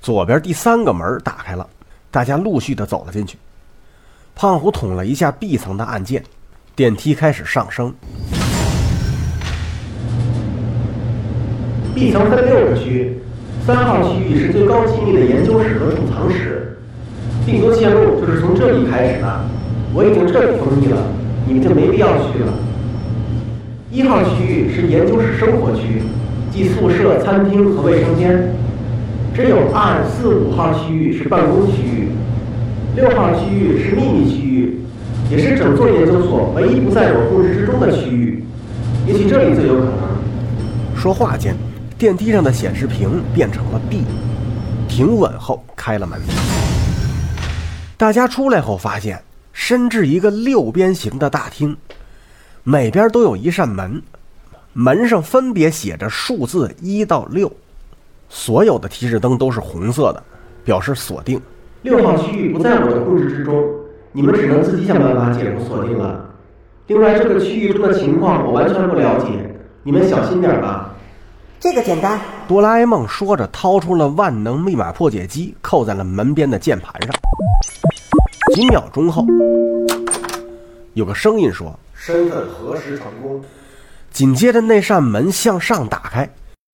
左边第3个门打开了，大家陆续的走了进去。胖虎捅了一下 B 层的按键，电梯开始上升。 B 层分6个区，3号区域是最高机密的研究室和储藏室，病毒泄露就是从这里开始的。我已经彻底封闭了，你们就没必要去了。1号区域是研究室生活区，即宿舍、餐厅和卫生间。只有2、4、5号区域是办公区域，6号区域是秘密区域，也是整座研究所唯一不在我控制之中的区域。也许这里最有可能。 说话间，电梯上的显示屏变成了 B， 停稳后开了门。大家出来后发现，深至一个6边形的大厅，每边都有一扇门，门上分别写着数字1到6，所有的提示灯都是红色的，表示锁定。 6号区域不在我的控制之中，你们只能自己想办法解除锁定了。另外，这个区域中的情况我完全不了解，你们小心点吧。 这个简单。 哆啦 A 梦说着，掏出了万能密码破解机，扣在了门边的键盘上。几秒钟后，有个声音说：“ 身份核实成功。” 紧接着，那扇门向上打开，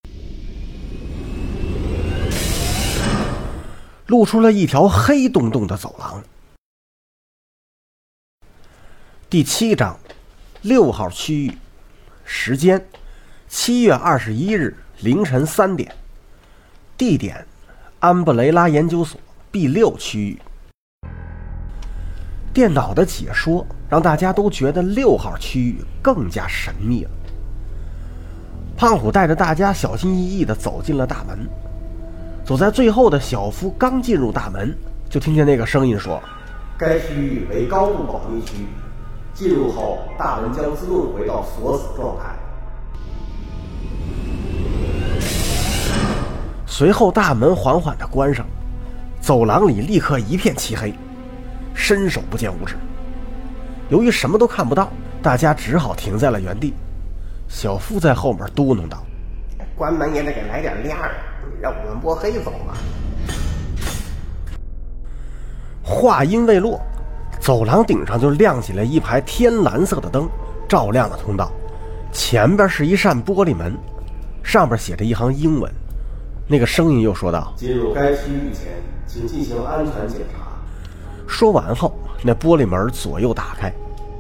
露出了一条黑洞洞的走廊。第7章，6号区域，时间7月21日凌晨3点，地点安布雷拉研究所 B6 区域。电脑的解说让大家都觉得6号区域更加神秘了。胖虎带着大家小心翼翼地走进了大门。走在最后的小夫刚进入大门，就听见那个声音说：“ 该区域为高度保密区，进入后大门将自动回到锁死状态。” 随后大门缓缓地关上，走廊里立刻一片漆黑，伸手不见五指。由于什么都看不到，大家只好停在了原地。小夫在后面嘟囔道：“ 关门也得给来点亮啊，让我们摸黑走吧。” 话音未落，走廊顶上就亮起了一排天蓝色的灯，照亮了通道。前边是一扇玻璃门，上边写着一行英文。那个声音又说道：“ 进入该区域前，请进行安全检查。” 说完后，那玻璃门左右打开，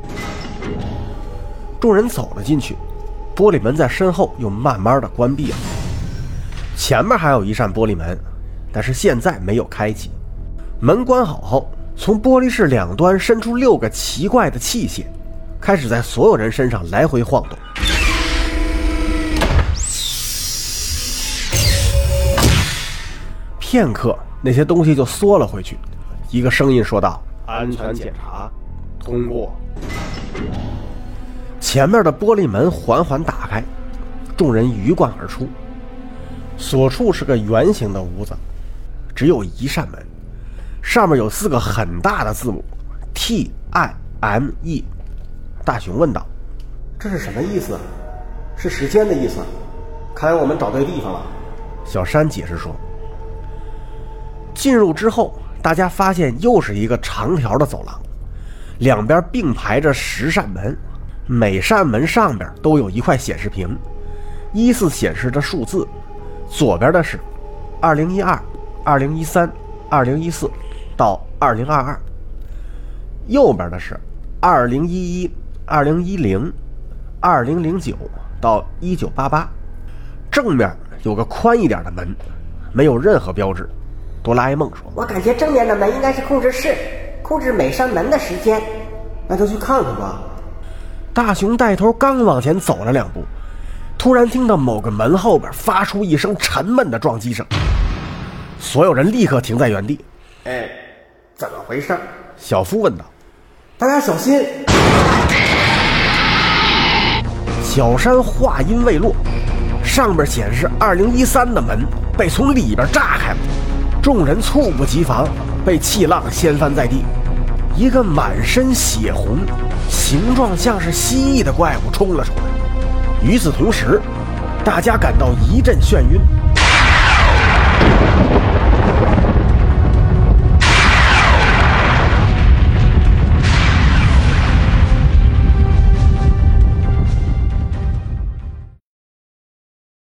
众人走了进去。玻璃门在身后又慢慢的关闭了。前面还有一扇玻璃门，但是现在没有开启。门关好后，从玻璃室两端伸出6个奇怪的器械，开始在所有人身上来回晃动。片刻，那些东西就缩了回去。一个声音说道：“ 安全检查通过。” 前面的玻璃门缓缓打开，众人鱼贯而出。所处是个圆形的屋子，只有一扇门，上面有4个很大的字母 TIME。大雄问道：“ 这是什么意思？是时间的意思。看来我们找对地方了。” 小山解释说。进入之后，大家发现又是一个长条的走廊，两边并排着10扇门，每扇门上边都有一块显示屏，依次显示着数字。左边的是2012、2013、2014到2022，右边的是2011、2010、2009到1988。正面有个宽一点的门，没有任何标志。哆啦 A 梦说：“ 我感觉正面的门应该是控制室，控制每扇门的时间。” 那就去看看吧。 大雄带头刚往前走了2步，突然听到某个门后边发出一声沉闷的撞击声，所有人立刻停在原地。 哎，怎么回事？ 小夫问道。 大家小心！ 小山话音未落，上边显示2013的门被从里边炸开了，众人猝不及防，被气浪掀翻在地。一个满身血红、形状像是蜥蜴的怪物冲了出来。与此同时，大家感到一阵眩晕，